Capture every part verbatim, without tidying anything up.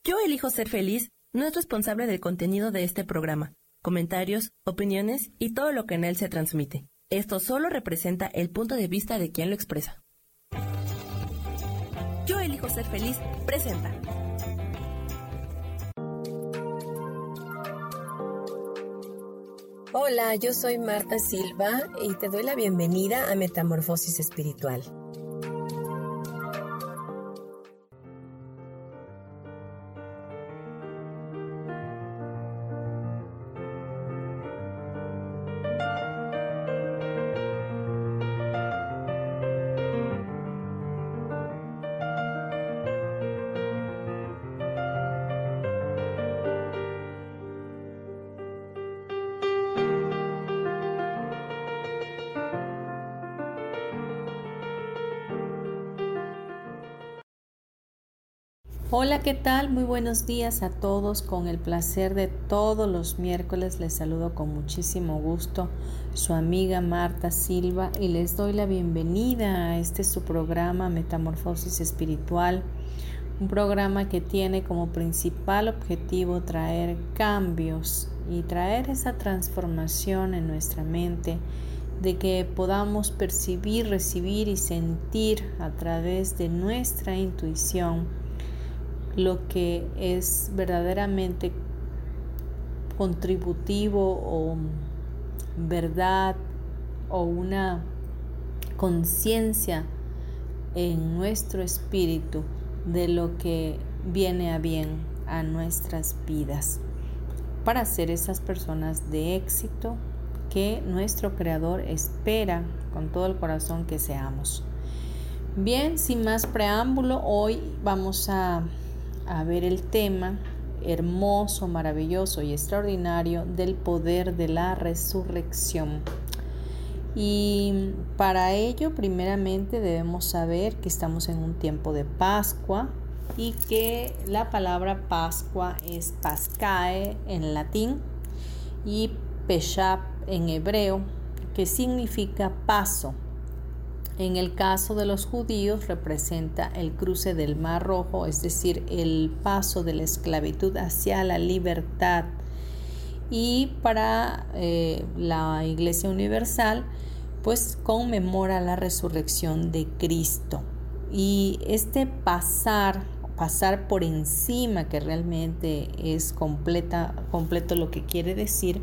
Yo elijo ser feliz no es responsable del contenido de este programa, comentarios, opiniones y todo lo que en él se transmite. Esto solo representa el punto de vista de quien lo expresa. Yo elijo ser feliz presenta. Hola, yo soy Marta Silva y te doy la bienvenida a Metamorfosis Espiritual. Hola, ¿qué tal? Muy buenos días a todos. Con el placer de todos los miércoles les saludo con muchísimo gusto su amiga Marta Silva y les doy la bienvenida a este su programa Metamorfosis Espiritual, un programa que tiene como principal objetivo traer cambios y traer esa transformación en nuestra mente, de que podamos percibir, recibir y sentir a través de nuestra intuición lo que es verdaderamente contributivo o verdad o una conciencia en nuestro espíritu de lo que viene a bien a nuestras vidas, para ser esas personas de éxito que nuestro Creador espera con todo el corazón que seamos. Bien, sin más preámbulo, hoy vamos a a ver el tema hermoso, maravilloso y extraordinario del poder de la resurrección. Y para ello, primeramente debemos saber que estamos en un tiempo de Pascua y que la palabra Pascua es Pascae en latín y Pesach en hebreo, que significa paso. En el caso de los judíos representa el cruce del Mar Rojo, es decir, el paso de la esclavitud hacia la libertad. Y para eh, la Iglesia Universal, pues conmemora la resurrección de Cristo. Y este pasar, pasar por encima, que realmente es completa, completo lo que quiere decir,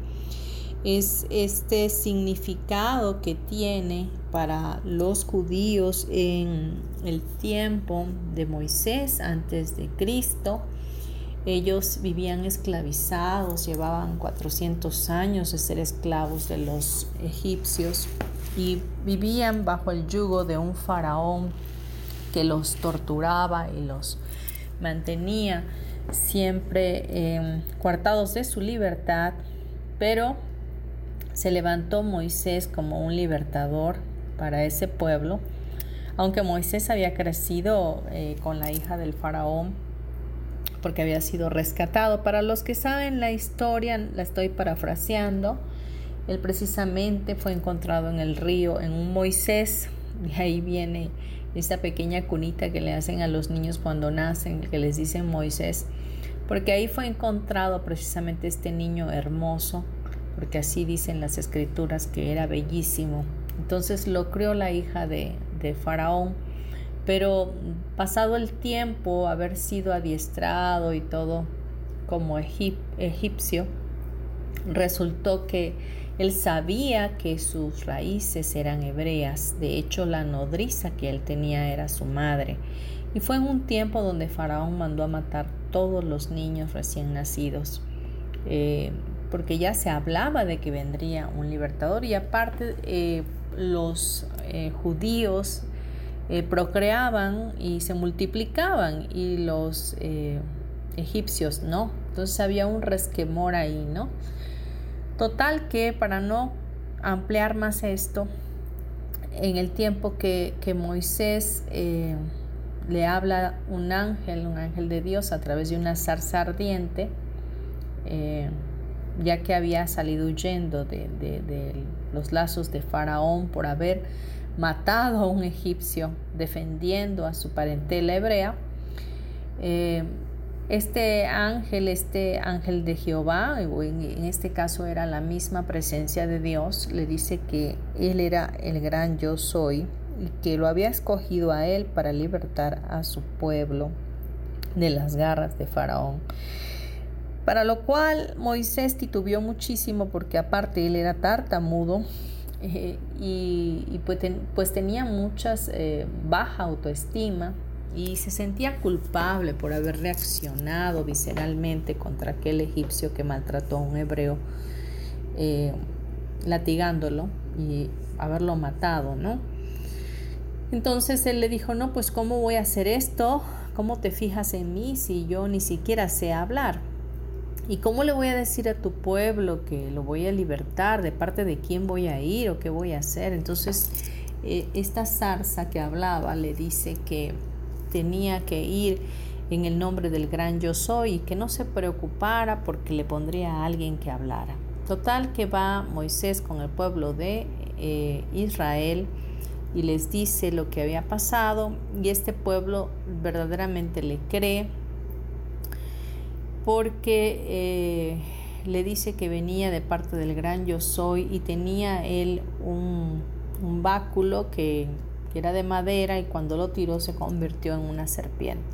es este significado que tiene para los judíos en el tiempo de Moisés antes de Cristo. Ellos vivían esclavizados, llevaban cuatrocientos años de ser esclavos de los egipcios y vivían bajo el yugo de un faraón que los torturaba y los mantenía siempre eh, coartados de su libertad, pero se levantó Moisés como un libertador para ese pueblo, aunque Moisés había crecido eh, con la hija del faraón porque había sido rescatado. Para los que saben la historia, la estoy parafraseando, él precisamente fue encontrado en el río, en un Moisés, y ahí viene esta pequeña cunita que le hacen a los niños cuando nacen, que les dicen Moisés, porque ahí fue encontrado precisamente este niño hermoso, porque así dicen las escrituras que era bellísimo. Entonces lo crió la hija de, de Faraón, pero pasado el tiempo, haber sido adiestrado y todo como egip, egipcio, resultó que él sabía que sus raíces eran hebreas. De hecho, la nodriza que él tenía era su madre. Y fue en un tiempo donde Faraón mandó a matar todos los niños recién nacidos. Eh, porque ya se hablaba de que vendría un libertador y aparte eh, los eh, judíos eh, procreaban y se multiplicaban y los eh, egipcios no, entonces había un resquemor ahí, ¿no? Total que para no ampliar más esto, en el tiempo que, que Moisés eh, le habla un ángel, un ángel de Dios a través de una zarza ardiente, eh, ya que había salido huyendo de, de, de los lazos de Faraón por haber matado a un egipcio defendiendo a su parentela hebrea, eh, Este ángel, este ángel de Jehová, o en, en este caso era la misma presencia de Dios, le dice que él era el gran yo soy y que lo había escogido a él para libertar a su pueblo de las garras de Faraón. Para lo cual Moisés titubeó muchísimo porque aparte él era tartamudo eh, y, y pues, ten, pues tenía muchas eh, baja autoestima. Y se sentía culpable por haber reaccionado visceralmente contra aquel egipcio que maltrató a un hebreo, eh, latigándolo y haberlo matado, ¿no? Entonces él le dijo, no, pues ¿cómo voy a hacer esto? ¿Cómo te fijas en mí si yo ni siquiera sé hablar? ¿Y cómo le voy a decir a tu pueblo que lo voy a libertar? ¿De parte de quién voy a ir o qué voy a hacer? Entonces eh, esta zarza que hablaba le dice que tenía que ir en el nombre del gran yo soy y que no se preocupara porque le pondría a alguien que hablara. Total que va Moisés con el pueblo de eh, Israel y les dice lo que había pasado y este pueblo verdaderamente le cree porque eh, le dice que venía de parte del gran yo soy y tenía él un, un báculo que que era de madera y cuando lo tiró se convirtió en una serpiente.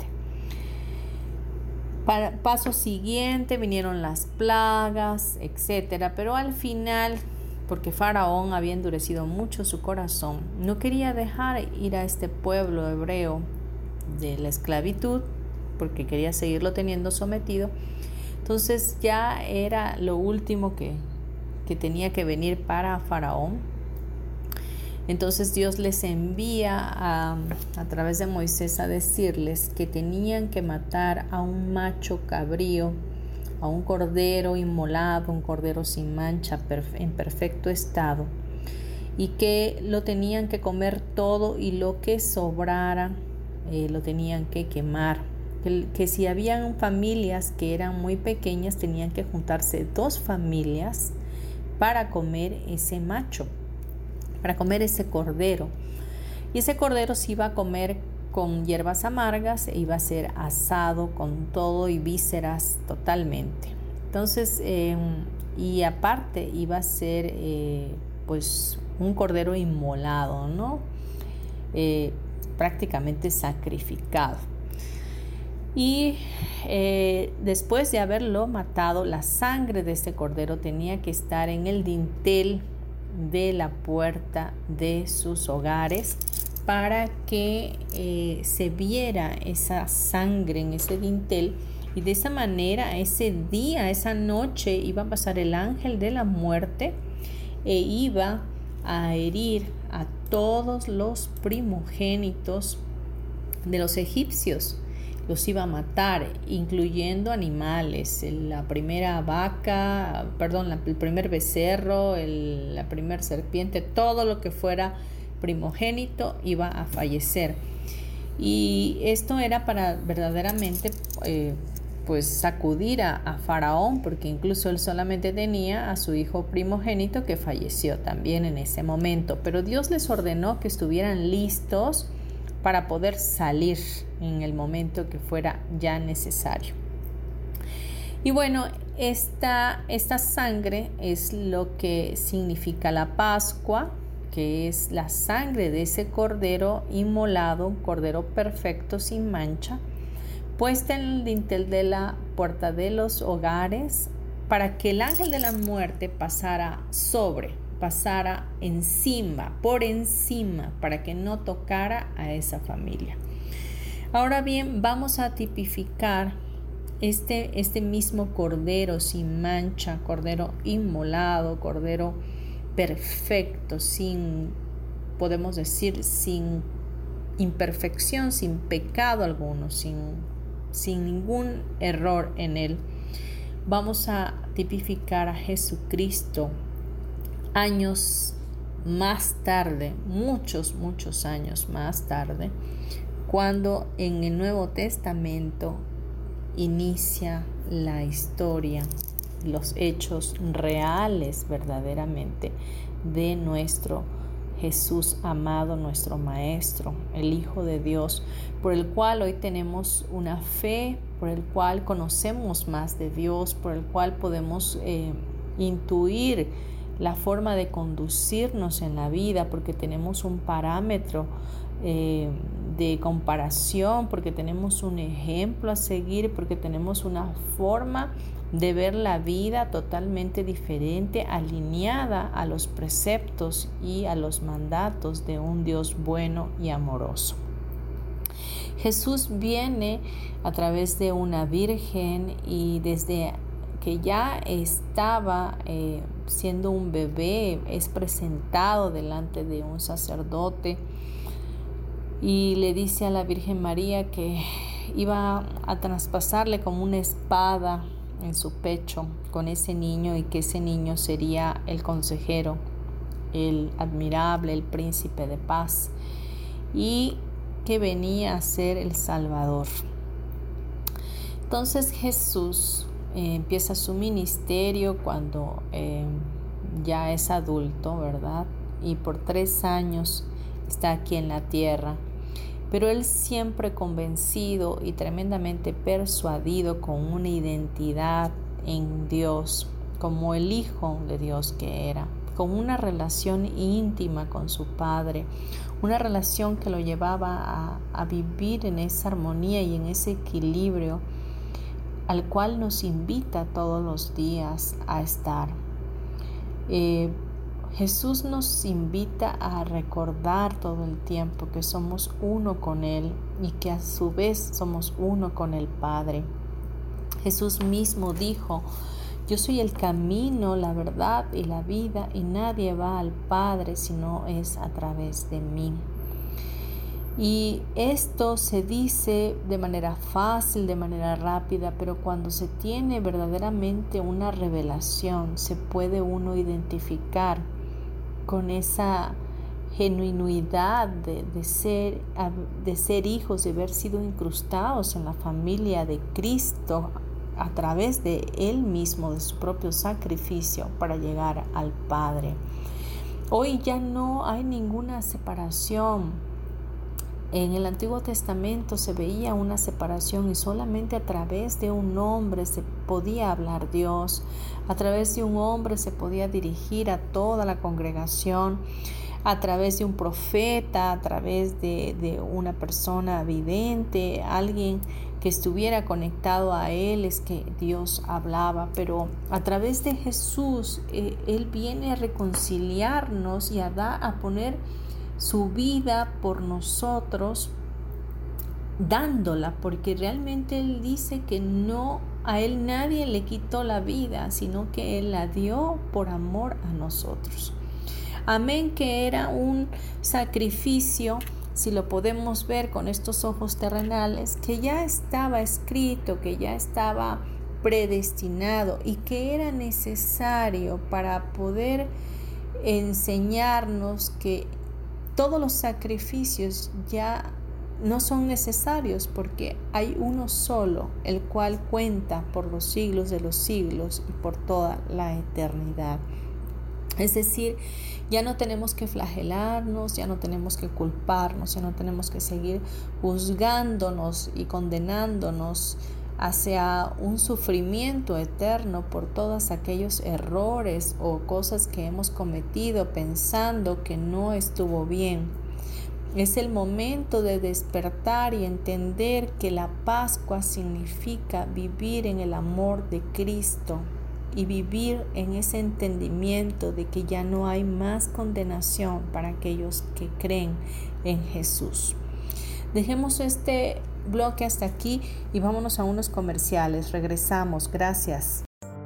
Para paso siguiente vinieron las plagas, etcétera, pero al final, porque Faraón había endurecido mucho su corazón, no quería dejar ir a este pueblo hebreo de la esclavitud, porque quería seguirlo teniendo sometido. Entonces ya era lo último que, que tenía que venir para Faraón. Entonces Dios les envía a, a través de Moisés a decirles que tenían que matar a un macho cabrío, a un cordero inmolado, un cordero sin mancha, en perfecto estado, y que lo tenían que comer todo y lo que sobrara eh, lo tenían que quemar. Que, que si habían familias que eran muy pequeñas, tenían que juntarse dos familias para comer ese macho, para comer ese cordero. Y ese cordero se iba a comer con hierbas amargas e iba a ser asado con todo y vísceras totalmente. Entonces, eh, y aparte iba a ser eh, pues un cordero inmolado, ¿no? Eh, prácticamente sacrificado. Y eh, después de haberlo matado, la sangre de este cordero tenía que estar en el dintel de la puerta de sus hogares para que eh, se viera esa sangre en ese dintel y de esa manera ese día, esa noche iba a pasar el ángel de la muerte e iba a herir a todos los primogénitos de los egipcios. Los iba a matar, incluyendo animales, la primera vaca, perdón, la, el primer becerro, el, la primera serpiente, todo lo que fuera primogénito iba a fallecer. Y esto era para verdaderamente eh, pues sacudir a, a Faraón, porque incluso él solamente tenía a su hijo primogénito que falleció también en ese momento. Pero Dios les ordenó que estuvieran listos para poder salir en el momento que fuera ya necesario. Y bueno, esta, esta sangre es lo que significa la Pascua, que es la sangre de ese cordero inmolado, un cordero perfecto sin mancha, puesta en el dintel de la puerta de los hogares para que el ángel de la muerte pasara sobre, pasara encima, por encima, para que no tocara a esa familia. Ahora bien, vamos a tipificar este, este mismo cordero sin mancha, cordero inmolado, cordero perfecto, sin, podemos decir, sin imperfección, sin pecado alguno, sin, sin ningún error en él. Vamos a tipificar a Jesucristo años más tarde, muchos, muchos años más tarde, cuando en el Nuevo Testamento inicia la historia, los hechos reales verdaderamente de nuestro Jesús amado, nuestro Maestro, el Hijo de Dios, por el cual hoy tenemos una fe por el cual conocemos más de Dios, por el cual podemos eh, intuir la forma de conducirnos en la vida, porque tenemos un parámetro eh, de comparación, porque tenemos un ejemplo a seguir, porque tenemos una forma de ver la vida totalmente diferente, alineada a los preceptos y a los mandatos de un Dios bueno y amoroso. Jesús viene a través de una virgen y desde que ya estaba eh, siendo un bebé, es presentado delante de un sacerdote y le dice a la Virgen María que iba a traspasarle como una espada en su pecho con ese niño y que ese niño sería el consejero, el admirable, el príncipe de paz y que venía a ser el Salvador. Entonces Jesús eh, empieza su ministerio cuando eh, ya es adulto, ¿verdad? Y por tres años está aquí en la tierra. Pero él siempre convencido y tremendamente persuadido con una identidad en Dios, como el Hijo de Dios que era, con una relación íntima con su Padre, una relación que lo llevaba a, a vivir en esa armonía y en ese equilibrio al cual nos invita todos los días a estar. Eh, Jesús nos invita a recordar todo el tiempo que somos uno con Él y que a su vez somos uno con el Padre. Jesús mismo dijo: yo soy el camino, la verdad y la vida, y nadie va al Padre si no es a través de mí. Y esto se dice de manera fácil, de manera rápida, pero cuando se tiene verdaderamente una revelación, se puede uno identificar con esa genuinidad de, de, ser, de ser hijos, de haber sido incrustados en la familia de Cristo a través de Él mismo, de su propio sacrificio para llegar al Padre. Hoy ya no hay ninguna separación. En el Antiguo Testamento se veía una separación y solamente a través de un hombre se podía hablar Dios, a través de un hombre se podía dirigir a toda la congregación, a través de un profeta, a través de, de una persona vidente, alguien que estuviera conectado a Él, es que Dios hablaba. Pero a través de Jesús, eh, Él viene a reconciliarnos y a, da, a poner su vida por nosotros, dándola, porque realmente Él dice que no, a Él nadie le quitó la vida, sino que Él la dio por amor a nosotros. Amén, que era un sacrificio, si lo podemos ver con estos ojos terrenales, que ya estaba escrito, que ya estaba predestinado y que era necesario para poder enseñarnos que todos los sacrificios ya no son necesarios, porque hay uno solo, el cual cuenta por los siglos de los siglos y por toda la eternidad. Es decir, ya no tenemos que flagelarnos, ya no tenemos que culparnos, ya no tenemos que seguir juzgándonos y condenándonos hacia un sufrimiento eterno por todos aquellos errores o cosas que hemos cometido pensando que no estuvo bien. Es el momento de despertar y entender que la Pascua significa vivir en el amor de Cristo y vivir en ese entendimiento de que ya no hay más condenación para aquellos que creen en Jesús. Dejemos este bloque hasta aquí y vámonos a unos comerciales. Regresamos. Gracias.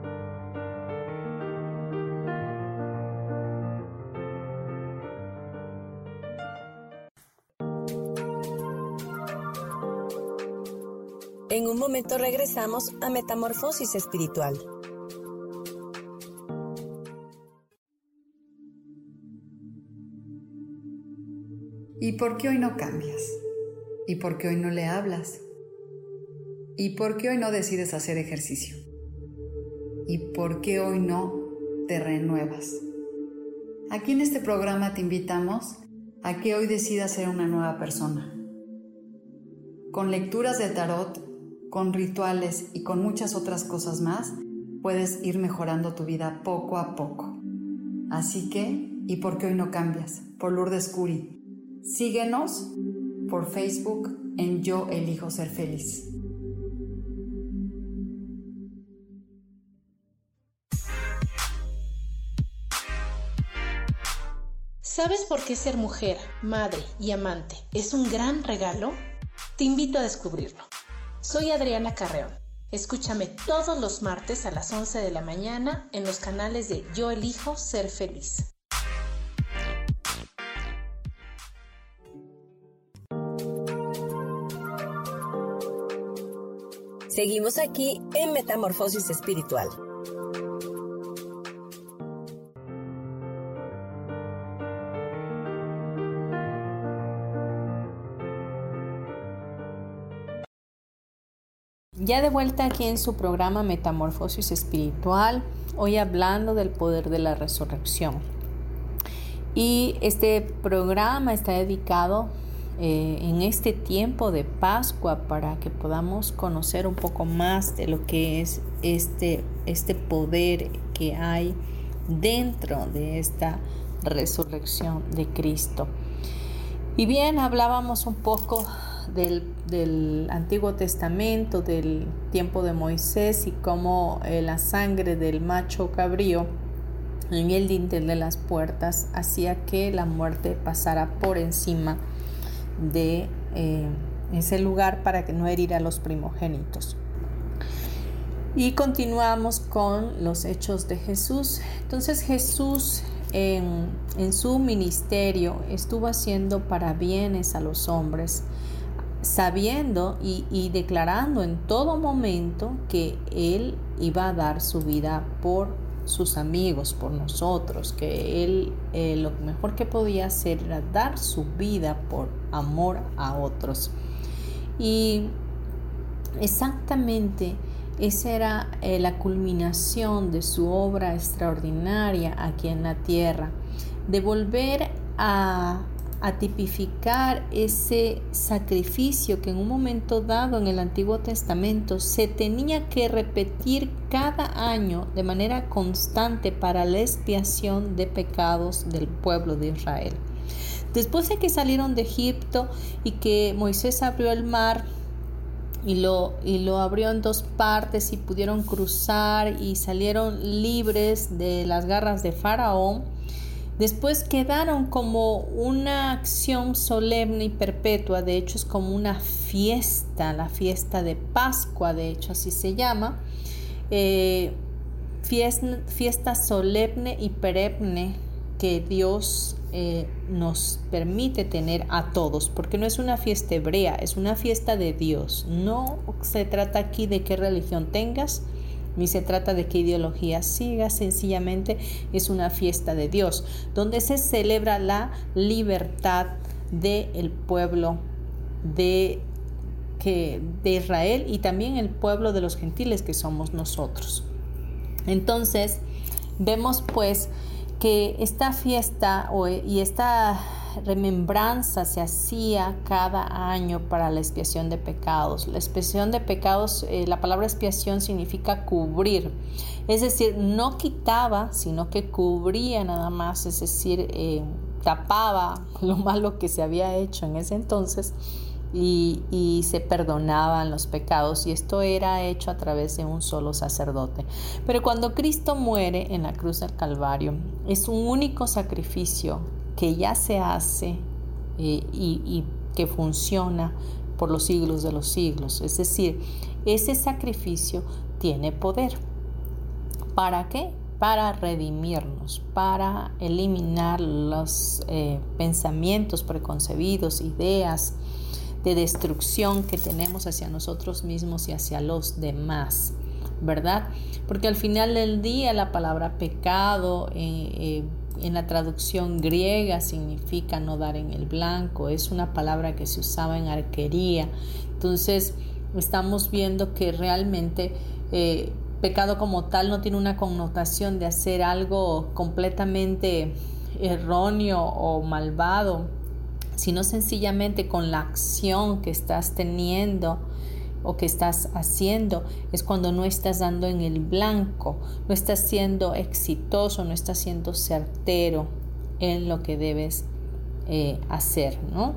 En un momento regresamos a Metamorfosis Espiritual. ¿Y por qué hoy no cambias? ¿Y por qué hoy no le hablas? ¿Y por qué hoy no decides hacer ejercicio? ¿Y por qué hoy no te renuevas? Aquí en este programa te invitamos a que hoy decidas ser una nueva persona. Con lecturas de tarot, con rituales y con muchas otras cosas más, puedes ir mejorando tu vida poco a poco. Así que, ¿y por qué hoy no cambias? Por Lourdes Curi. Síguenos por Facebook en Yo Elijo Ser Feliz. ¿Sabes por qué ser mujer, madre y amante es un gran regalo? Te invito a descubrirlo. Soy Adriana Carreón. Escúchame todos los martes a las once de la mañana en los canales de Yo Elijo Ser Feliz. Seguimos aquí en Metamorfosis Espiritual. Ya de vuelta aquí en su programa Metamorfosis Espiritual, hoy hablando del poder de la resurrección. Y este programa está dedicado eh, en este tiempo de Pascua para que podamos conocer un poco más de lo que es este, este poder que hay dentro de esta resurrección de Cristo. Y bien, hablábamos un poco Del, del Antiguo Testamento, del tiempo de Moisés y cómo eh, la sangre del macho cabrío en el dintel de las puertas hacía que la muerte pasara por encima de eh, ese lugar para que no herir a los primogénitos. Y continuamos con los hechos de Jesús. Entonces Jesús en, en su ministerio estuvo haciendo parabienes a los hombres, sabiendo y, y declarando en todo momento que Él iba a dar su vida por sus amigos, por nosotros, que Él eh, lo mejor que podía hacer era dar su vida por amor a otros. Y exactamente esa era eh, la culminación de su obra extraordinaria aquí en la tierra, de volver a a tipificar ese sacrificio que en un momento dado en el Antiguo Testamento se tenía que repetir cada año de manera constante para la expiación de pecados del pueblo de Israel. Después de que salieron de Egipto y que Moisés abrió el mar y lo, y lo abrió en dos partes y pudieron cruzar y salieron libres de las garras de Faraón, después quedaron como una acción solemne y perpetua. De hecho es como una fiesta, la fiesta de Pascua, de hecho así se llama, eh, fiesta, fiesta solemne y perenne que Dios eh, nos permite tener a todos, porque no es una fiesta hebrea, es una fiesta de Dios. No se trata aquí de qué religión tengas, ni se trata de qué ideología sigas, sencillamente es una fiesta de Dios, donde se celebra la libertad del pueblo de, que, de Israel y también el pueblo de los gentiles que somos nosotros. Entonces, vemos pues que esta fiesta o, y esta remembranza se hacía cada año para la expiación de pecados. La expiación de pecados, eh, la palabra expiación significa cubrir, es decir, no quitaba, sino que cubría nada más, es decir, eh, tapaba lo malo que se había hecho en ese entonces y, y se perdonaban los pecados, y esto era hecho a través de un solo sacerdote. Pero cuando Cristo muere en la cruz del Calvario, es un único sacrificio que ya se hace eh, y, y que funciona por los siglos de los siglos. Es decir, ese sacrificio tiene poder. ¿Para qué? Para redimirnos, para eliminar los eh, pensamientos preconcebidos, ideas de destrucción que tenemos hacia nosotros mismos y hacia los demás, ¿verdad? Porque al final del día la palabra pecado eh, eh, en la traducción griega significa no dar en el blanco, es una palabra que se usaba en arquería. Entonces estamos viendo que realmente eh, pecado como tal no tiene una connotación de hacer algo completamente erróneo o malvado, sino sencillamente con la acción que estás teniendo o que estás haciendo, es cuando no estás dando en el blanco, no estás siendo exitoso, no estás siendo certero en lo que debes eh, hacer, ¿no?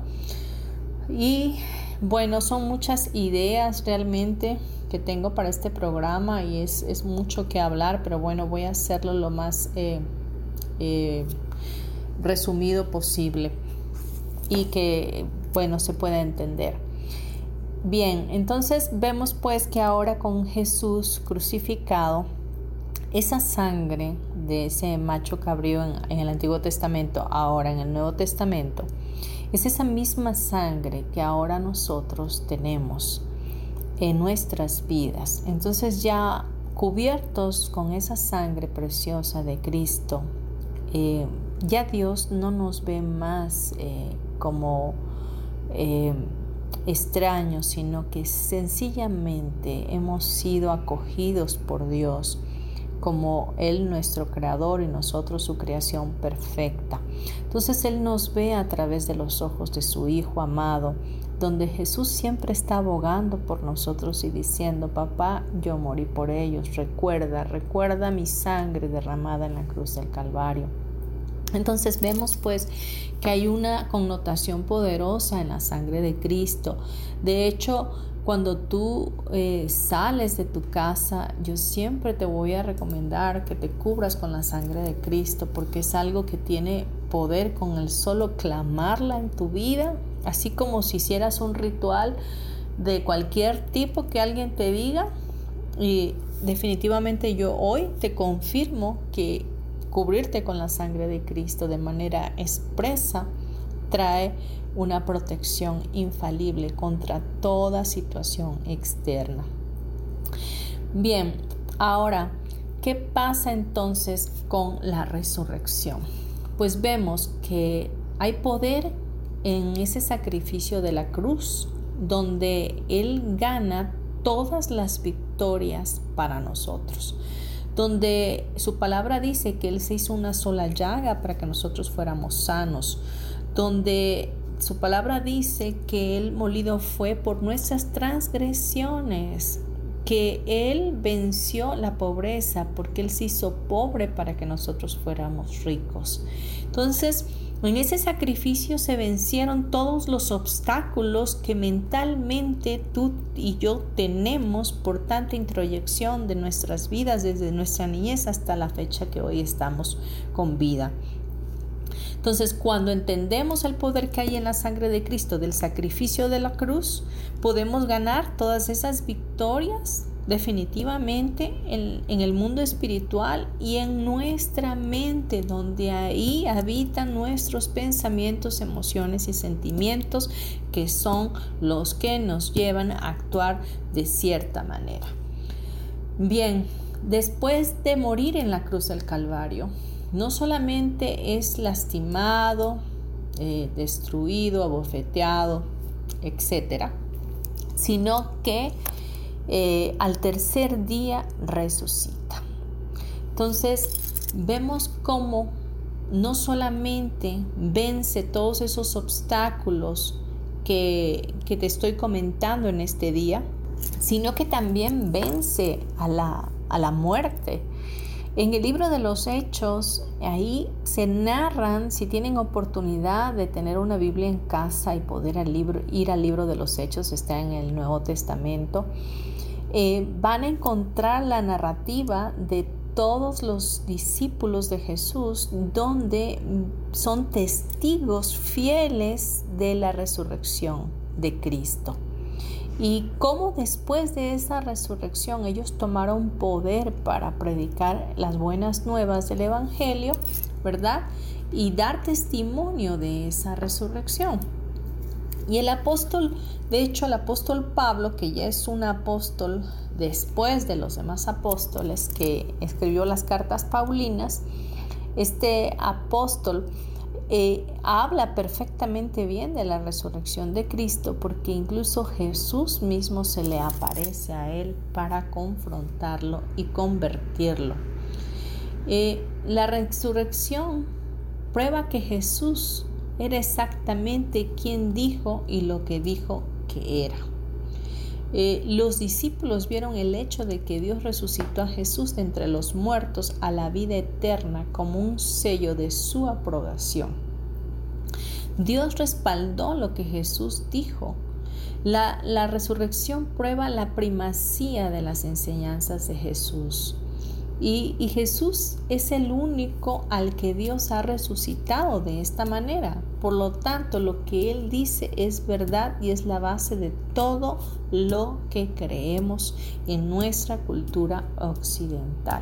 Y bueno, son muchas ideas realmente que tengo para este programa y es, es mucho que hablar, pero bueno, voy a hacerlo lo más eh, eh, resumido posible y que, bueno, se pueda entender. Bien, entonces vemos pues que ahora con Jesús crucificado, esa sangre de ese macho cabrío en, en el Antiguo Testamento, ahora en el Nuevo Testamento, es esa misma sangre que ahora nosotros tenemos en nuestras vidas. Entonces ya cubiertos con esa sangre preciosa de Cristo, eh, ya Dios no nos ve más eh, como eh, extraños, sino que sencillamente hemos sido acogidos por Dios como Él nuestro creador y nosotros su creación perfecta. Entonces Él nos ve a través de los ojos de su Hijo amado, donde Jesús siempre está abogando por nosotros y diciendo: papá, yo morí por ellos, recuerda, recuerda mi sangre derramada en la cruz del Calvario. Entonces vemos pues que hay una connotación poderosa en la sangre de Cristo. De hecho, cuando tú eh, sales de tu casa, yo siempre te voy a recomendar que te cubras con la sangre de Cristo, porque es algo que tiene poder con el solo clamarla en tu vida, así como si hicieras un ritual de cualquier tipo que alguien te diga. Y definitivamente yo hoy te confirmo que cubrirte con la sangre de Cristo de manera expresa trae una protección infalible contra toda situación externa. Bien, ahora, ¿qué pasa entonces con la resurrección? Pues vemos que hay poder en ese sacrificio de la cruz, donde Él gana todas las victorias para nosotros, donde su palabra dice que Él se hizo una sola llaga para que nosotros fuéramos sanos, donde su palabra dice que Él molido fue por nuestras transgresiones, que Él venció la pobreza porque Él se hizo pobre para que nosotros fuéramos ricos. Entonces, en ese sacrificio se vencieron todos los obstáculos que mentalmente tú y yo tenemos por tanta introyección de nuestras vidas desde nuestra niñez hasta la fecha que hoy estamos con vida. Entonces, cuando entendemos el poder que hay en la sangre de Cristo, del sacrificio de la cruz, podemos ganar todas esas victorias definitivamente en, en el mundo espiritual y en nuestra mente, donde ahí habitan nuestros pensamientos, emociones y sentimientos, que son los que nos llevan a actuar de cierta manera. Bien, después de morir en la cruz del Calvario, no solamente es lastimado, eh, destruido, abofeteado, etcétera, sino que eh, al tercer día resucita. Entonces vemos cómo no solamente vence todos esos obstáculos que, que te estoy comentando en este día, sino que también vence a la, a la muerte. En el libro de los Hechos, ahí se narran, si tienen oportunidad de tener una Biblia en casa y poder al libro, ir al libro de los Hechos, está en el Nuevo Testamento, eh, van a encontrar la narrativa de todos los discípulos de Jesús, donde son testigos fieles de la resurrección de Cristo. Y cómo después de esa resurrección ellos tomaron poder para predicar las buenas nuevas del Evangelio, ¿verdad? Y dar testimonio de esa resurrección. Y el apóstol, de hecho el apóstol Pablo, que ya es un apóstol después de los demás apóstoles, que escribió las cartas paulinas, este apóstol Eh, habla perfectamente bien de la resurrección de Cristo, porque incluso Jesús mismo se le aparece a él para confrontarlo y convertirlo. Eh, la resurrección prueba que Jesús era exactamente quien dijo y lo que dijo que era. Eh, los discípulos vieron el hecho de que Dios resucitó a Jesús de entre los muertos a la vida eterna como un sello de su aprobación. Dios respaldó lo que Jesús dijo. La, la resurrección prueba la primacía de las enseñanzas de Jesús. Y, y Jesús es el único al que Dios ha resucitado de esta manera. Por lo tanto, lo que Él dice es verdad y es la base de todo lo que creemos en nuestra cultura occidental.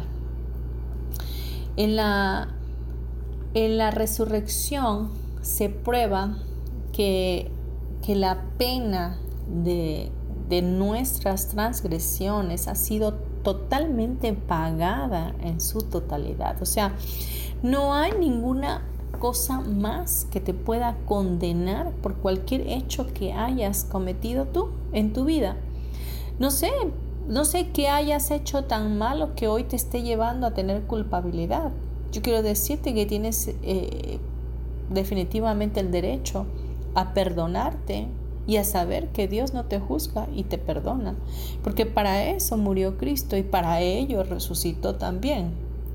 En la, en la resurrección se prueba que, que la pena de, de nuestras transgresiones ha sido totalmente pagada en su totalidad. O sea, no hay ninguna cosa más que te pueda condenar por cualquier hecho que hayas cometido tú en tu vida. No sé, no sé qué hayas hecho tan malo que hoy te esté llevando a tener culpabilidad. Yo quiero decirte que tienes eh, definitivamente el derecho a perdonarte y a saber que Dios no te juzga y te perdona, porque para eso murió Cristo y para ello resucitó también.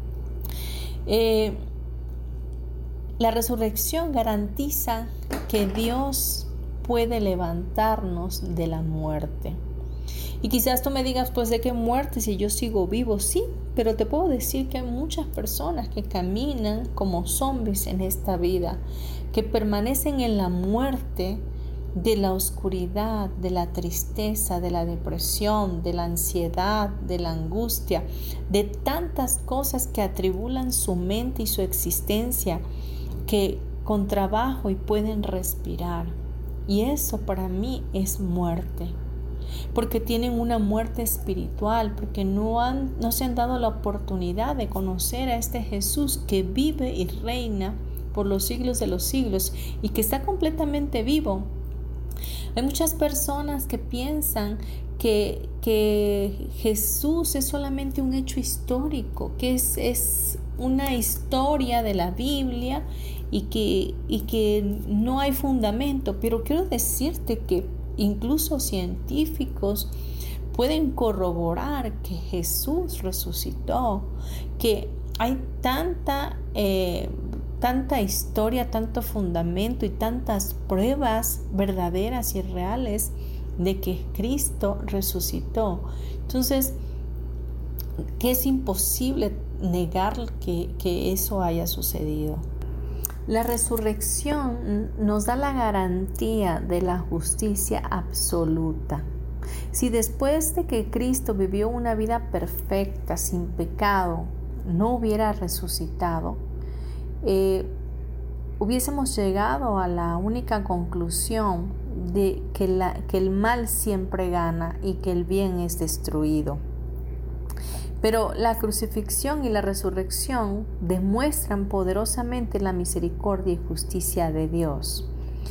Eh, la resurrección garantiza que Dios puede levantarnos de la muerte. Y quizás tú me digas, pues, ¿de qué muerte si yo sigo vivo? Sí, pero te puedo decir que hay muchas personas que caminan como zombies en esta vida, que permanecen en la muerte de la oscuridad, de la tristeza, de la depresión, de la ansiedad, de la angustia, de tantas cosas que atribulan su mente y su existencia, que con trabajo y pueden respirar. Y eso para mí es muerte, porque tienen una muerte espiritual, porque no, han, no se han dado la oportunidad de conocer a este Jesús que vive y reina por los siglos de los siglos y que está completamente vivo. Hay muchas personas que piensan que, que Jesús es solamente un hecho histórico, que es, es una historia de la Biblia y que, y que no hay fundamento. Pero quiero decirte que incluso científicos pueden corroborar que Jesús resucitó, que hay tanta... Eh, tanta historia, tanto fundamento y tantas pruebas verdaderas y reales de que Cristo resucitó. Entonces, que es imposible negar que, que eso haya sucedido. La resurrección nos da la garantía de la justicia absoluta. Si después de que Cristo vivió una vida perfecta, sin pecado, no hubiera resucitado, Eh, hubiésemos llegado a la única conclusión de que, la, que el mal siempre gana y que el bien es destruido. Pero la crucifixión y la resurrección demuestran poderosamente la misericordia y justicia de Dios.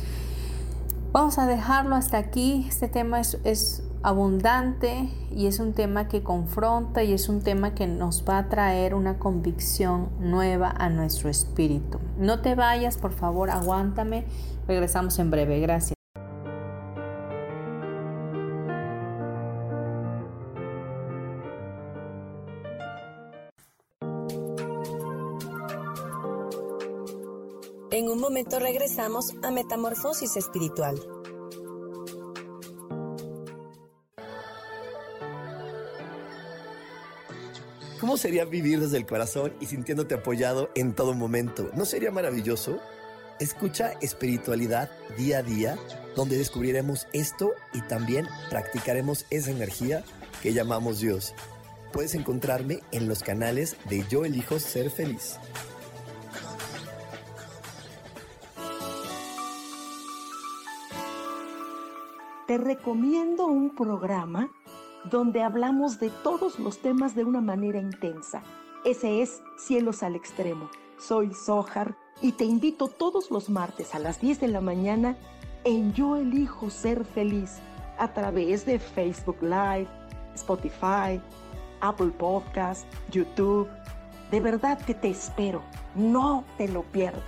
Vamos a dejarlo hasta aquí. Este tema es, es abundante y es un tema que confronta y es un tema que nos va a traer una convicción nueva a nuestro espíritu. No te vayas, por favor, aguántame. Regresamos en breve. Gracias. En un momento regresamos a Metamorfosis Espiritual. ¿Cómo sería vivir desde el corazón y sintiéndote apoyado en todo momento? ¿No sería maravilloso? Escucha Espiritualidad día a día, donde descubriremos esto y también practicaremos esa energía que llamamos Dios. Puedes encontrarme en los canales de Yo Elijo Ser Feliz. Te recomiendo un programa donde hablamos de todos los temas de una manera intensa. Ese es Cielos al Extremo. Soy Sohar y te invito todos los martes a las diez de la mañana en Yo Elijo Ser Feliz a través de Facebook Live, Spotify, Apple Podcast, YouTube. De verdad que te espero. No te lo pierdas.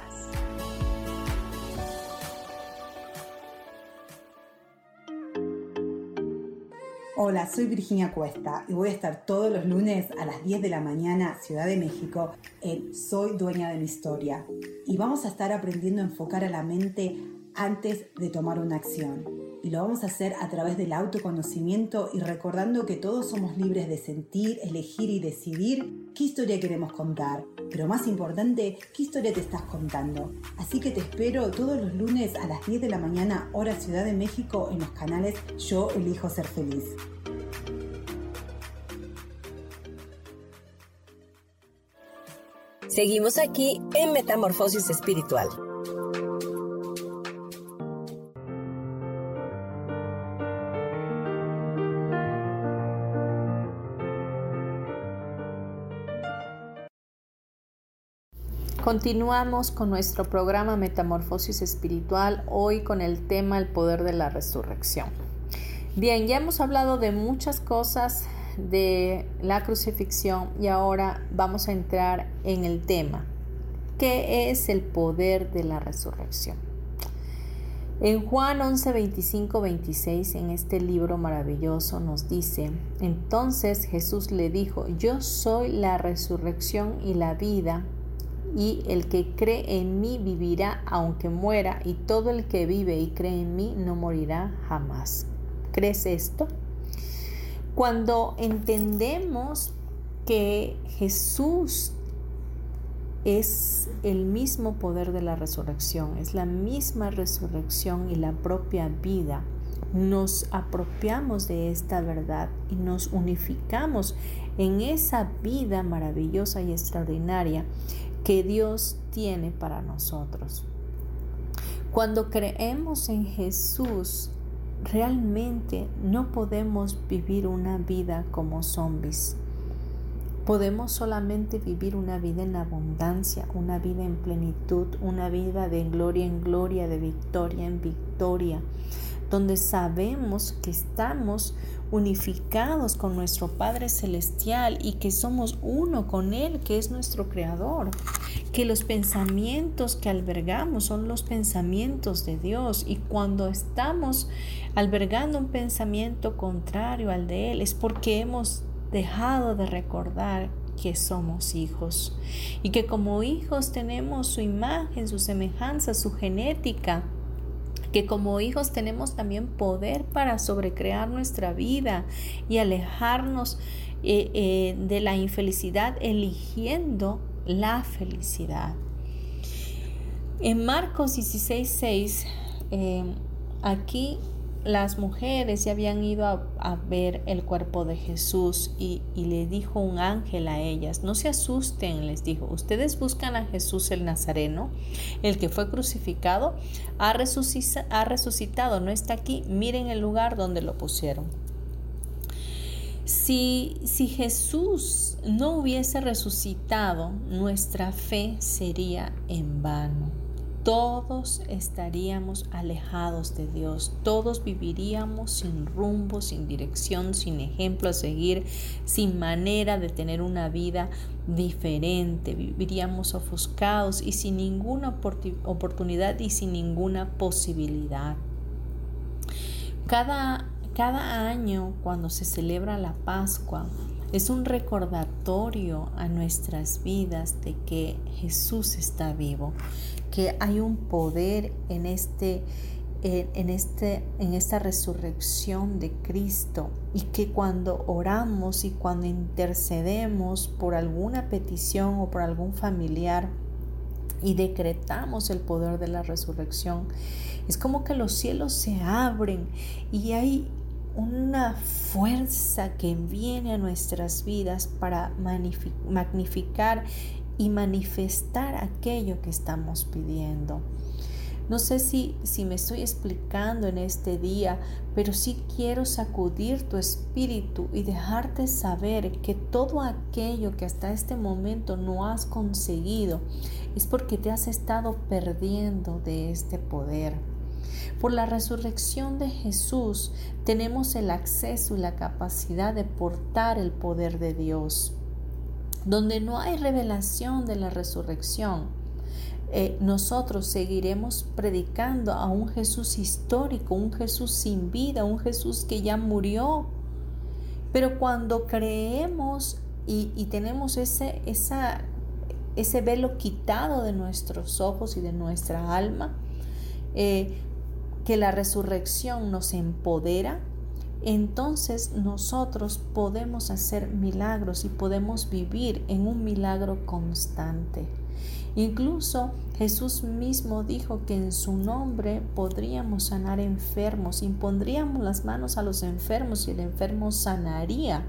Hola, soy Virginia Cuesta y voy a estar todos los lunes a las diez de la mañana, Ciudad de México, en Soy Dueña de mi Historia. Y vamos a estar aprendiendo a enfocar a la mente antes de tomar una acción. Y lo vamos a hacer a través del autoconocimiento y recordando que todos somos libres de sentir, elegir y decidir qué historia queremos contar. Pero más importante, qué historia te estás contando. Así que te espero todos los lunes a las diez de la mañana, hora Ciudad de México, en los canales Yo Elijo Ser Feliz. Seguimos aquí en Metamorfosis Espiritual. Continuamos con nuestro programa Metamorfosis Espiritual, hoy con el tema El poder de la resurrección. Bien, ya hemos hablado de muchas cosas de la crucifixión y ahora vamos a entrar en el tema. ¿Qué es el poder de la resurrección? En Juan once, veinticinco, veintiséis, en este libro maravilloso nos dice: entonces Jesús le dijo, yo soy la resurrección y la vida, y el que cree en mí vivirá aunque muera, y todo el que vive y cree en mí no morirá jamás. ¿Crees esto? Cuando entendemos que Jesús es el mismo poder de la resurrección, es la misma resurrección y la propia vida, nos apropiamos de esta verdad y nos unificamos en esa vida maravillosa y extraordinaria que Dios tiene para nosotros. Cuando creemos en Jesús, realmente no podemos vivir una vida como zombies. Podemos solamente vivir una vida en abundancia, una vida en plenitud, una vida de gloria en gloria, de victoria en victoria, donde sabemos que estamos unificados con nuestro Padre Celestial y que somos uno con Él, que es nuestro Creador, que los pensamientos que albergamos son los pensamientos de Dios, y cuando estamos albergando un pensamiento contrario al de Él es porque hemos dejado de recordar que somos hijos y que como hijos tenemos su imagen, su semejanza, su genética, que como hijos tenemos también poder para sobrecrear nuestra vida y alejarnos eh, eh, de la infelicidad eligiendo la felicidad. En Marcos dieciséis, seis, eh, aquí las mujeres ya habían ido a, a ver el cuerpo de Jesús y, y le dijo un ángel a ellas, no se asusten, les dijo, ustedes buscan a Jesús el Nazareno, el que fue crucificado, ha, resucita, ha resucitado, no está aquí, miren el lugar donde lo pusieron. Si, si Jesús no hubiese resucitado, nuestra fe sería en vano. Todos estaríamos alejados de Dios, todos viviríamos sin rumbo, sin dirección, sin ejemplo a seguir, sin manera de tener una vida diferente, viviríamos ofuscados y sin ninguna oportunidad y sin ninguna posibilidad. Cada, cada año cuando se celebra la Pascua, es un recordatorio a nuestras vidas de que Jesús está vivo, que hay un poder en, este, en, este, en esta resurrección de Cristo, y que cuando oramos y cuando intercedemos por alguna petición o por algún familiar y decretamos el poder de la resurrección, es como que los cielos se abren y hay una fuerza que viene a nuestras vidas para magnificar y manifestar aquello que estamos pidiendo. No sé si, si me estoy explicando en este día, pero sí quiero sacudir tu espíritu y dejarte saber que todo aquello que hasta este momento no has conseguido es porque te has estado perdiendo de este poder. Por la resurrección de Jesús tenemos el acceso y la capacidad de portar el poder de Dios. Donde no hay revelación de la resurrección, eh, nosotros seguiremos predicando a un Jesús histórico, un Jesús sin vida, un Jesús que ya murió Pero cuando creemos y, y tenemos ese, esa, ese velo quitado de nuestros ojos y de nuestra alma, eh, que la resurrección nos empodera, entonces nosotros podemos hacer milagros y podemos vivir en un milagro constante. Incluso Jesús mismo dijo que en su nombre podríamos sanar enfermos, impondríamos las manos a los enfermos y el enfermo sanaría.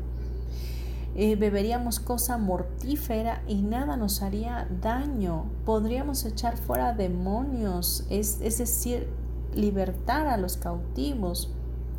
Eh, beberíamos cosa mortífera y nada nos haría daño. Podríamos echar fuera demonios, es, es decir, libertar a los cautivos.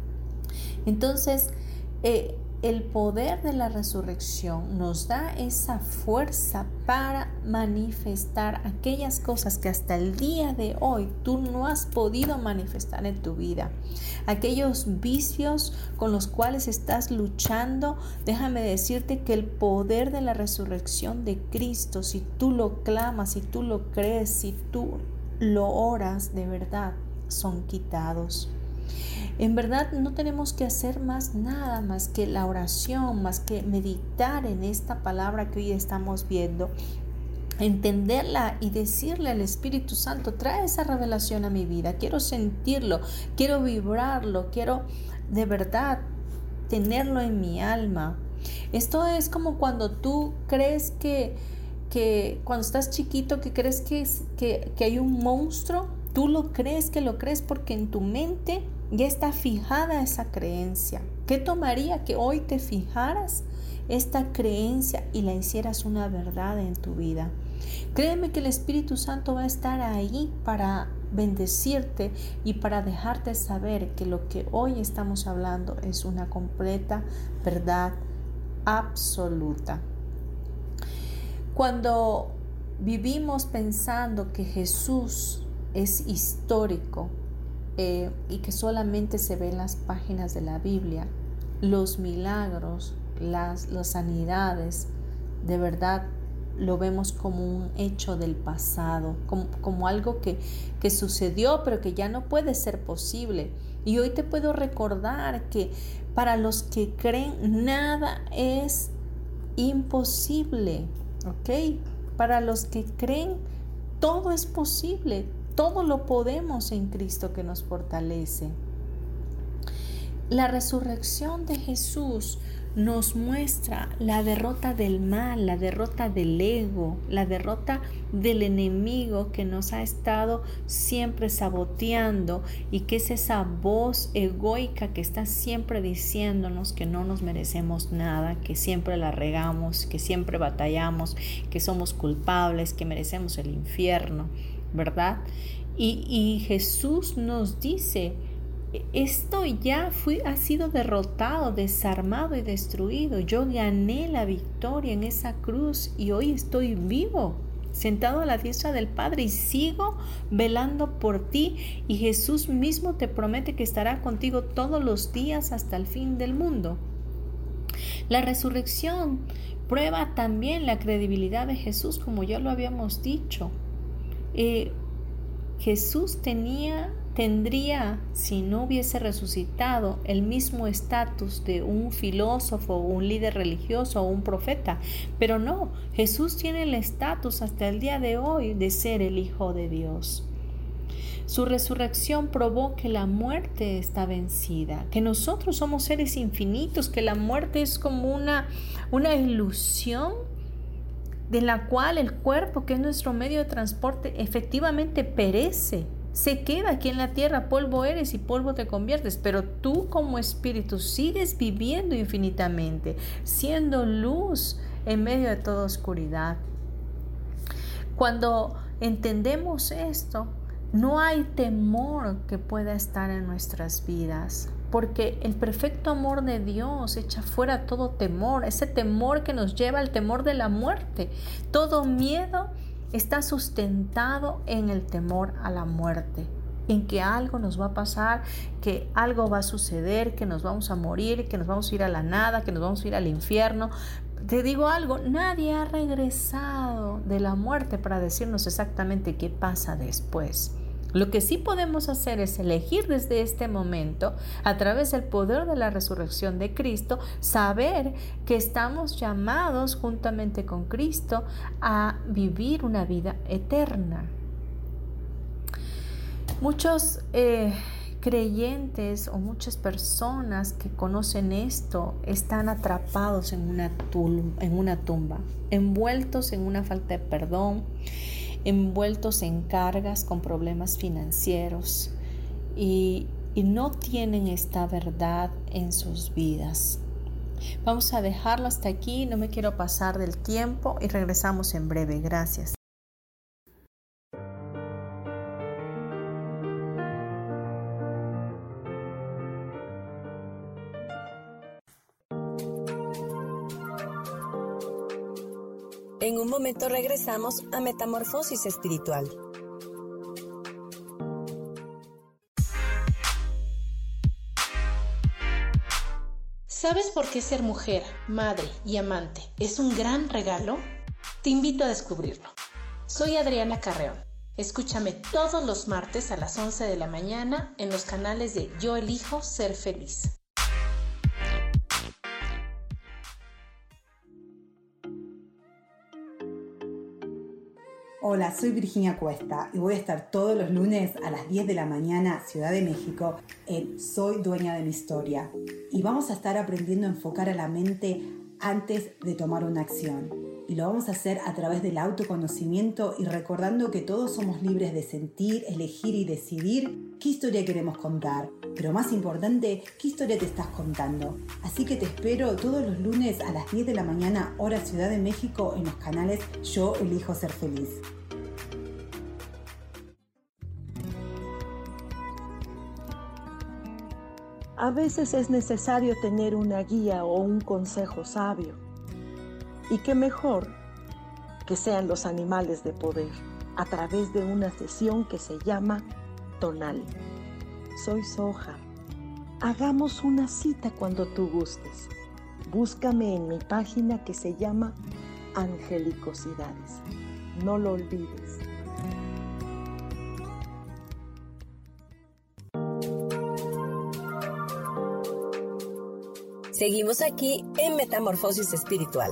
Entonces, eh, el poder de la resurrección nos da esa fuerza para manifestar aquellas cosas que hasta el día de hoy tú no has podido manifestar en tu vida. Aquellos vicios con los cuales estás luchando, déjame decirte que el poder de la resurrección de Cristo, si tú lo clamas, si tú lo crees, si tú lo oras de verdad, son quitados. En verdad no tenemos que hacer más nada más que la oración, más que meditar en esta palabra que hoy estamos viendo, entenderla y decirle al Espíritu Santo: trae esa revelación a mi vida, quiero sentirlo, quiero vibrarlo, quiero de verdad tenerlo en mi alma. Esto es como cuando tú crees que, que cuando estás chiquito, que crees que, que, que hay un monstruo. Tú lo crees, que lo crees porque en tu mente ya está fijada esa creencia. ¿Qué tomaría que hoy te fijaras esta creencia y la hicieras una verdad en tu vida? Créeme que el Espíritu Santo va a estar ahí para bendecirte y para dejarte saber que lo que hoy estamos hablando es una completa verdad absoluta. Cuando vivimos pensando que Jesús es histórico eh, y que solamente se ve en las páginas de la Biblia, los milagros, las, las sanidades, de verdad lo vemos como un hecho del pasado, como, como algo que, que sucedió pero que ya no puede ser posible. Y hoy te puedo recordar que para los que creen nada es imposible, ¿ok? Para los que creen todo es posible. Todo lo podemos en Cristo que nos fortalece. La resurrección de Jesús nos muestra la derrota del mal, la derrota del ego, la derrota del enemigo que nos ha estado siempre saboteando y que es esa voz egoica que está siempre diciéndonos que no nos merecemos nada, que siempre la regamos, que siempre batallamos, que somos culpables, que merecemos el infierno, ¿verdad? Y, y Jesús nos dice: esto ya fui, ha sido derrotado, desarmado y destruido. Yo gané la victoria en esa cruz y hoy estoy vivo, sentado a la diestra del Padre, y sigo velando por ti. Y Jesús mismo te promete que estará contigo todos los días hasta el fin del mundo. La resurrección prueba también la credibilidad de Jesús, como ya lo habíamos dicho. Eh, Jesús tenía, tendría, si no hubiese resucitado, el mismo estatus de un filósofo, un líder religioso o un profeta, pero no, Jesús tiene el estatus hasta el día de hoy de ser el Hijo de Dios. Su resurrección probó que la muerte está vencida, que nosotros somos seres infinitos, que la muerte es como una, una ilusión de la cual el cuerpo, que es nuestro medio de transporte, efectivamente perece, se queda aquí en la tierra, polvo eres y polvo te conviertes, pero tú como espíritu sigues viviendo infinitamente, siendo luz en medio de toda oscuridad. Cuando entendemos esto, no hay temor que pueda estar en nuestras vidas, porque el perfecto amor de Dios echa fuera todo temor, ese temor que nos lleva al temor de la muerte. Todo miedo está sustentado en el temor a la muerte, en que algo nos va a pasar, que algo va a suceder, que nos vamos a morir, que nos vamos a ir a la nada, que nos vamos a ir al infierno. Te digo algo, nadie ha regresado de la muerte para decirnos exactamente qué pasa después. Lo que sí podemos hacer es elegir desde este momento, a través del poder de la resurrección de Cristo, saber que estamos llamados juntamente con Cristo a vivir una vida eterna. Muchos eh, creyentes o muchas personas que conocen esto están atrapados en una, tum- en una tumba, envueltos en una falta de perdón, envueltos en cargas con problemas financieros y, y no tienen esta verdad en sus vidas. Vamos a dejarlo hasta aquí, no me quiero pasar del tiempo y regresamos en breve. Gracias. En un momento regresamos a Metamorfosis Espiritual. ¿Sabes por qué ser mujer, madre y amante es un gran regalo? Te invito a descubrirlo. Soy Adriana Carreón. Escúchame todos los martes a las once de la mañana en los canales de Yo Elijo Ser Feliz. Hola, soy Virginia Cuesta y voy a estar todos los lunes a las diez de la mañana, Ciudad de México, en Soy Dueña de mi Historia. Y vamos a estar aprendiendo a enfocar a la mente antes de tomar una acción. Y lo vamos a hacer a través del autoconocimiento y recordando que todos somos libres de sentir, elegir y decidir qué historia queremos contar. Pero más importante, qué historia te estás contando. Así que te espero todos los lunes a las diez de la mañana, hora Ciudad de México, en los canales Yo Elijo Ser Feliz. A veces es necesario tener una guía o un consejo sabio. Y qué mejor que sean los animales de poder a través de una sesión que se llama Tonal. Soy Soja. Hagamos una cita cuando tú gustes. Búscame en mi página que se llama Angelicosidades. No lo olvides. Seguimos aquí en Metamorfosis Espiritual.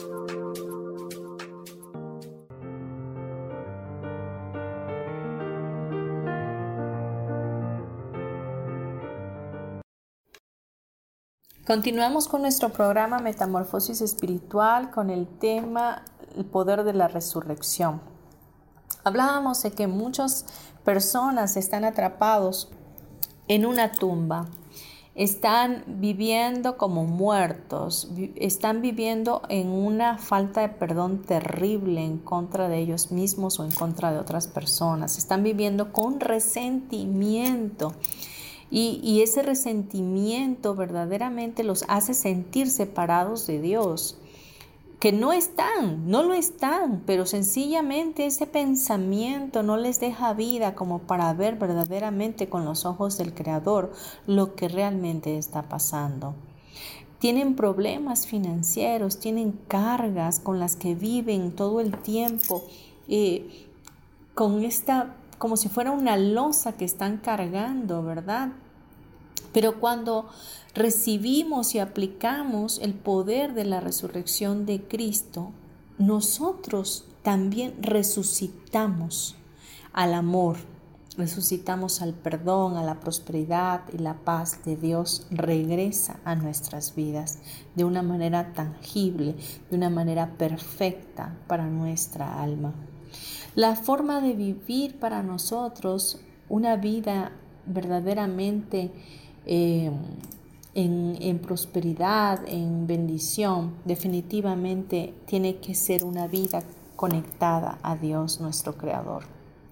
Continuamos con nuestro programa Metamorfosis Espiritual con el tema El poder de la resurrección. Hablábamos de que muchas personas están atrapados en una tumba. Están viviendo como muertos, están viviendo en una falta de perdón terrible en contra de ellos mismos o en contra de otras personas. Están viviendo con resentimiento y, y ese resentimiento verdaderamente los hace sentir separados de Dios. Que no están, no lo están, pero sencillamente ese pensamiento no les deja vida como para ver verdaderamente con los ojos del Creador lo que realmente está pasando. Tienen problemas financieros, tienen cargas con las que viven todo el tiempo, eh, con esta, como si fuera una losa que están cargando, ¿verdad? Pero cuando recibimos y aplicamos el poder de la resurrección de Cristo, nosotros también resucitamos al amor, resucitamos al perdón, a la prosperidad y la paz de Dios regresa a nuestras vidas de una manera tangible, de una manera perfecta para nuestra alma. La forma de vivir para nosotros una vida verdaderamente Eh, en, en prosperidad, en bendición, definitivamente tiene que ser una vida conectada a Dios, nuestro Creador.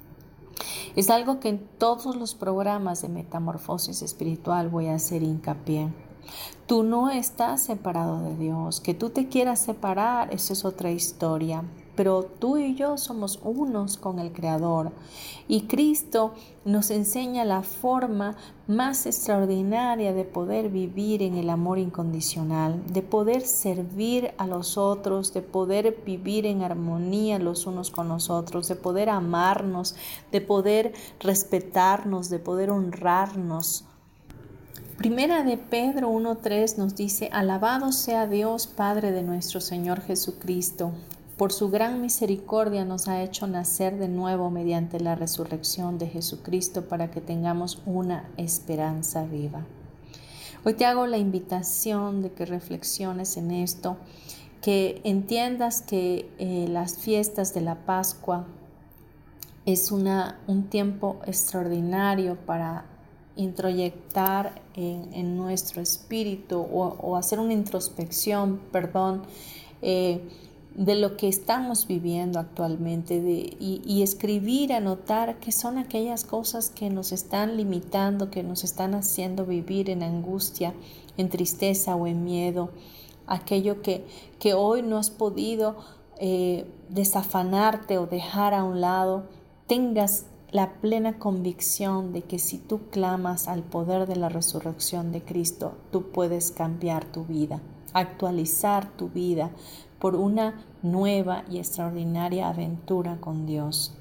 Es algo que en todos los programas de Metamorfosis Espiritual voy a hacer hincapié. Tú no estás separado de Dios. Que tú te quieras separar, eso es otra historia. pero tú y yo somos unos con el Creador. Y Cristo nos enseña la forma más extraordinaria de poder vivir en el amor incondicional, de poder servir a los otros, de poder vivir en armonía los unos con los otros, de poder amarnos, de poder respetarnos, de poder honrarnos. Primera de Pedro uno tres nos dice: alabado sea Dios Padre de nuestro Señor Jesucristo. Por su gran misericordia nos ha hecho nacer de nuevo mediante la resurrección de Jesucristo para que tengamos una esperanza viva. Hoy te hago la invitación de que reflexiones en esto, que entiendas que eh, las fiestas de la Pascua es una, un tiempo extraordinario para introyectar en, en nuestro espíritu o, o hacer una introspección, perdón, eh, de lo que estamos viviendo actualmente de, y, y escribir, anotar qué son aquellas cosas que nos están limitando, que nos están haciendo vivir en angustia, en tristeza o en miedo, aquello que, que hoy no has podido eh, desafanarte o dejar a un lado. Tengas la plena convicción de que si tú clamas al poder de la resurrección de Cristo, tú puedes cambiar tu vida, actualizar tu vida por una nueva y extraordinaria aventura con Dios.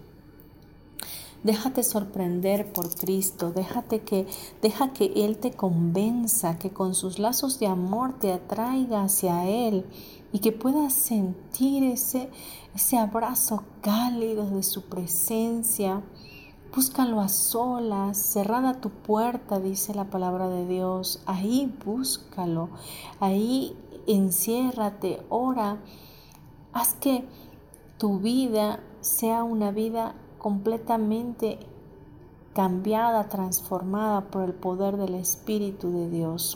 Déjate sorprender por Cristo, déjate que, deja que Él te convenza, que con sus lazos de amor te atraiga hacia Él y que puedas sentir ese, ese abrazo cálido de su presencia. Búscalo a solas, cerrada tu puerta, dice la palabra de Dios. Ahí búscalo, ahí enciérrate, ora. Haz que tu vida sea una vida completamente cambiada, transformada por el poder del Espíritu de Dios.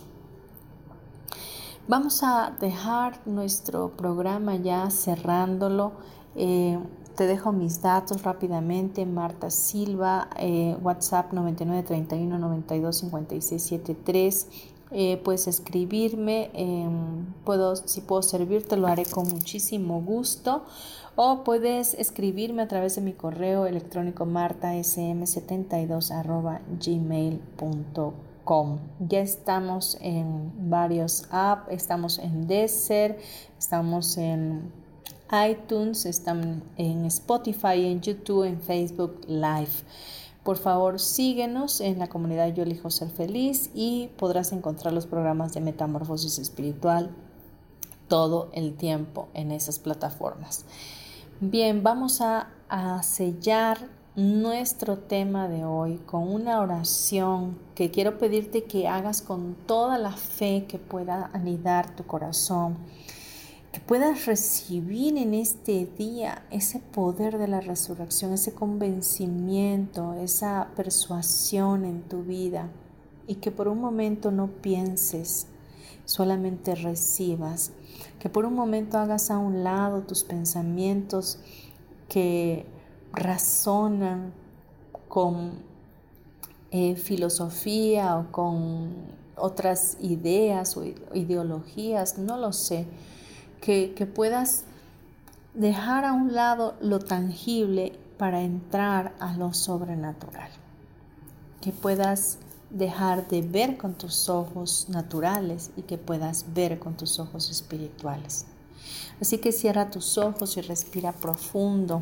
Vamos a dejar nuestro programa ya cerrándolo. Eh, Te dejo mis datos rápidamente. Marta Silva, eh, WhatsApp noventa y nueve, treinta y uno, noventa y dos, cincuenta y seis, setenta y tres. Eh, puedes escribirme, eh, puedo, si puedo servirte lo haré con muchísimo gusto, o puedes escribirme a través de mi correo electrónico marta s m setenta y dos arroba gmail punto com. Ya estamos en varios apps, estamos en Deezer, estamos en iTunes, están en Spotify, en YouTube, en Facebook Live. Por favor, síguenos en la comunidad Yo Elijo Ser Feliz y podrás encontrar los programas de Metamorfosis Espiritual todo el tiempo en esas plataformas. Bien, vamos a, a sellar nuestro tema de hoy con una oración que quiero pedirte que hagas con toda la fe que pueda anidar tu corazón, que puedas recibir en este día ese poder de la resurrección, ese convencimiento, esa persuasión en tu vida, y que por un momento no pienses, solamente recibas, que por un momento hagas a un lado tus pensamientos que razonan con eh, filosofía o con otras ideas o ideologías, no lo sé. Que, que puedas dejar a un lado lo tangible para entrar a lo sobrenatural. Que puedas dejar de ver con tus ojos naturales y que puedas ver con tus ojos espirituales. Así que cierra tus ojos y respira profundo,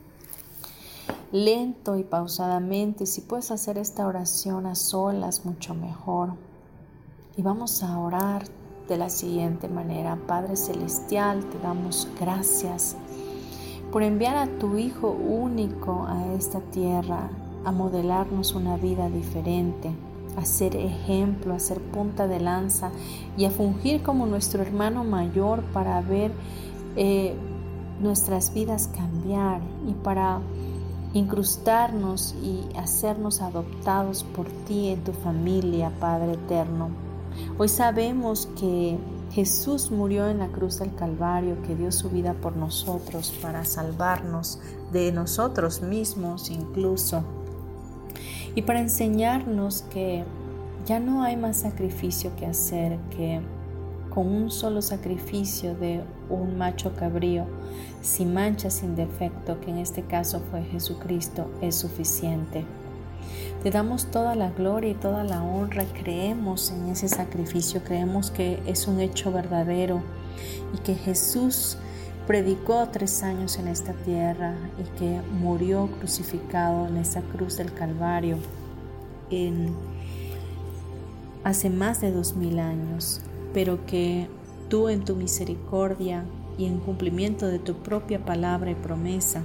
lento y pausadamente. Si puedes hacer esta oración a solas, mucho mejor. Y vamos a orar de la siguiente manera. Padre Celestial, te damos gracias por enviar a tu Hijo único a esta tierra, a modelarnos una vida diferente, a ser ejemplo, a ser punta de lanza y a fungir como nuestro hermano mayor para ver eh, nuestras vidas cambiar y para incrustarnos y hacernos adoptados por ti en tu familia, Padre eterno. Hoy sabemos que Jesús murió en la cruz del Calvario, que dio su vida por nosotros para salvarnos de nosotros mismos incluso, y para enseñarnos que ya no hay más sacrificio que hacer, que con un solo sacrificio de un macho cabrío, sin mancha, sin defecto, que en este caso fue Jesucristo, es suficiente. Te damos toda la gloria y toda la honra. Creemos en ese sacrificio, creemos que es un hecho verdadero y que Jesús predicó tres años en esta tierra y que murió crucificado en esa cruz del Calvario en, hace más de dos mil años, pero que tú en tu misericordia y en cumplimiento de tu propia palabra y promesa,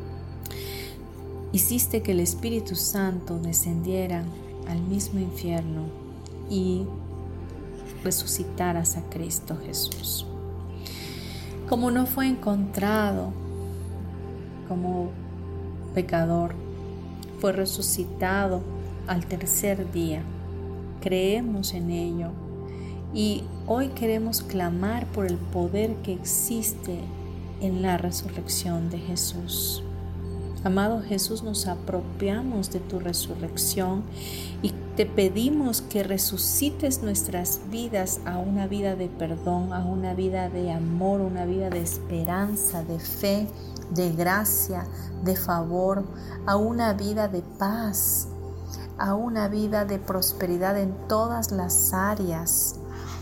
hiciste que el Espíritu Santo descendiera al mismo infierno y resucitaras a Cristo Jesús. Como no fue encontrado como pecador, fue resucitado al tercer día. Creemos en ello y hoy queremos clamar por el poder que existe en la resurrección de Jesús. Amado Jesús, nos apropiamos de tu resurrección y te pedimos que resucites nuestras vidas a una vida de perdón, a una vida de amor, una vida de esperanza, de fe, de gracia, de favor, a una vida de paz, a una vida de prosperidad en todas las áreas.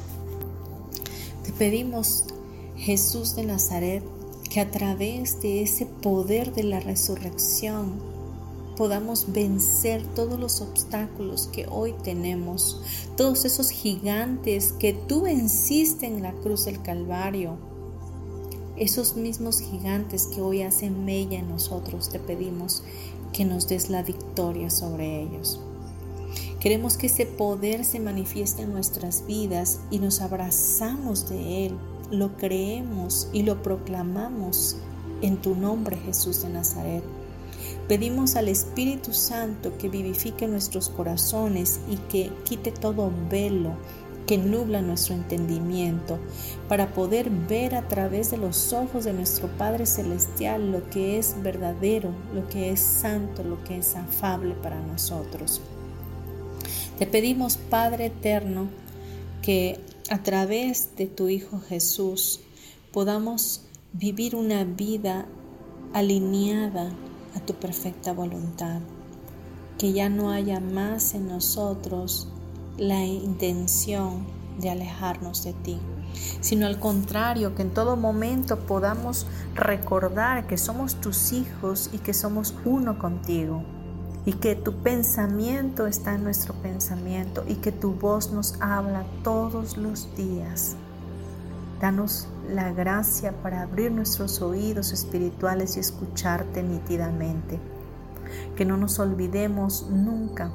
Te pedimos, Jesús de Nazaret, que a través de ese poder de la resurrección podamos vencer todos los obstáculos que hoy tenemos, todos esos gigantes que tú venciste en la cruz del Calvario, esos mismos gigantes que hoy hacen mella en nosotros. Te pedimos que nos des la victoria sobre ellos. Queremos que ese poder se manifieste en nuestras vidas y nos abrazamos de él. Lo creemos y lo proclamamos en tu nombre, Jesús de Nazaret. Pedimos al Espíritu Santo que vivifique nuestros corazones y que quite todo velo que nubla nuestro entendimiento, para poder ver a través de los ojos de nuestro Padre Celestial lo que es verdadero, lo que es santo, lo que es afable para nosotros. Te pedimos, Padre eterno, que a través de tu Hijo Jesús podamos vivir una vida alineada a tu perfecta voluntad, que ya no haya más en nosotros la intención de alejarnos de ti, sino al contrario, que en todo momento podamos recordar que somos tus hijos y que somos uno contigo, y que tu pensamiento está en nuestro pensamiento y que tu voz nos habla todos los días. Danos la gracia para abrir nuestros oídos espirituales y escucharte nítidamente. Que no nos olvidemos nunca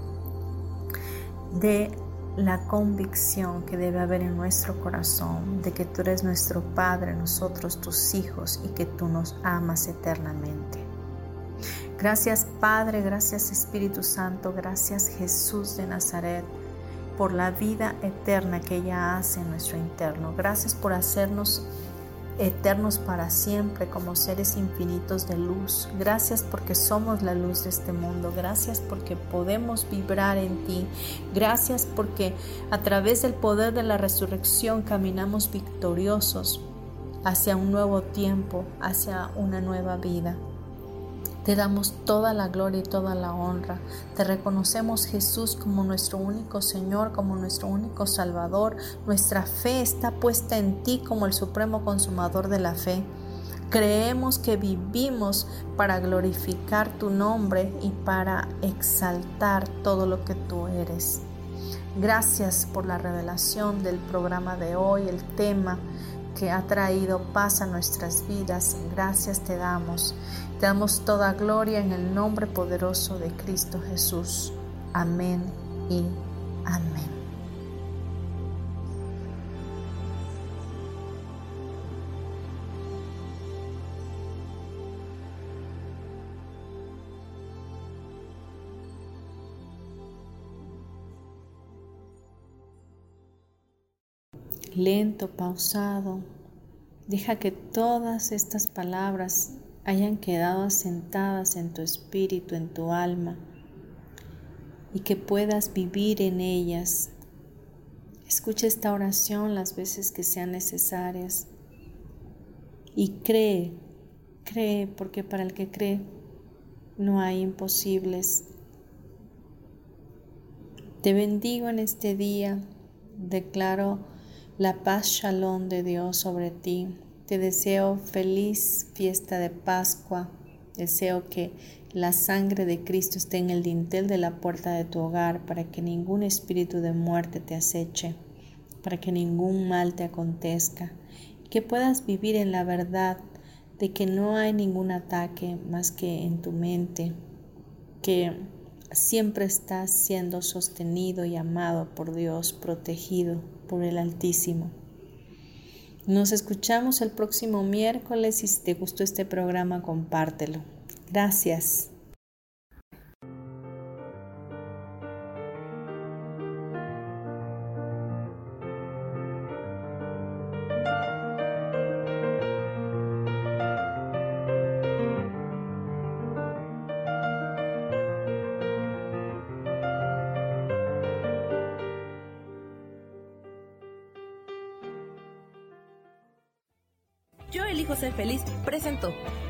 de la convicción que debe haber en nuestro corazón de que tú eres nuestro Padre, nosotros tus hijos, y que tú nos amas eternamente. Gracias Padre, gracias Espíritu Santo, gracias Jesús de Nazaret por la vida eterna que ella hace en nuestro interno. Gracias por hacernos eternos para siempre como seres infinitos de luz. Gracias porque somos la luz de este mundo. Gracias porque podemos vibrar en ti. Gracias porque a través del poder de la resurrección caminamos victoriosos hacia un nuevo tiempo, hacia una nueva vida. Te damos toda la gloria y toda la honra. Te reconocemos, Jesús, como nuestro único Señor, como nuestro único Salvador. Nuestra fe está puesta en ti como el supremo consumador de la fe. Creemos que vivimos para glorificar tu nombre y para exaltar todo lo que tú eres. Gracias por la revelación del programa de hoy, el tema que ha traído paz a nuestras vidas. Gracias te damos. Te damos toda gloria en el nombre poderoso de Cristo Jesús. Amén y amén. Lento, pausado, deja que todas estas palabras hayan quedado asentadas en tu espíritu, en tu alma, y que puedas vivir en ellas Escucha esta oración las veces que sean necesarias y cree, cree, porque para el que cree no hay imposibles. Te bendigo en este día, declaro la paz Shalom de Dios sobre ti. Te deseo feliz fiesta de Pascua. Deseo que la sangre de Cristo esté en el dintel de la puerta de tu hogar para que ningún espíritu de muerte te aceche, para que ningún mal te acontezca, que puedas vivir en la verdad de que no hay ningún ataque más que en tu mente, que siempre estás siendo sostenido y amado por Dios, protegido por el Altísimo. Nos escuchamos el próximo miércoles y si te gustó este programa, compártelo. Gracias. Yo elijo ser feliz presentó.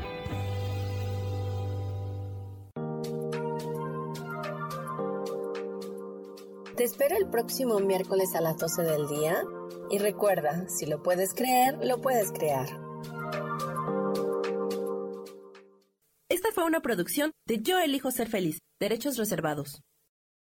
Te espero el próximo miércoles a las doce del día y recuerda, si lo puedes creer, lo puedes crear. Esta fue una producción de Yo elijo ser feliz, derechos reservados.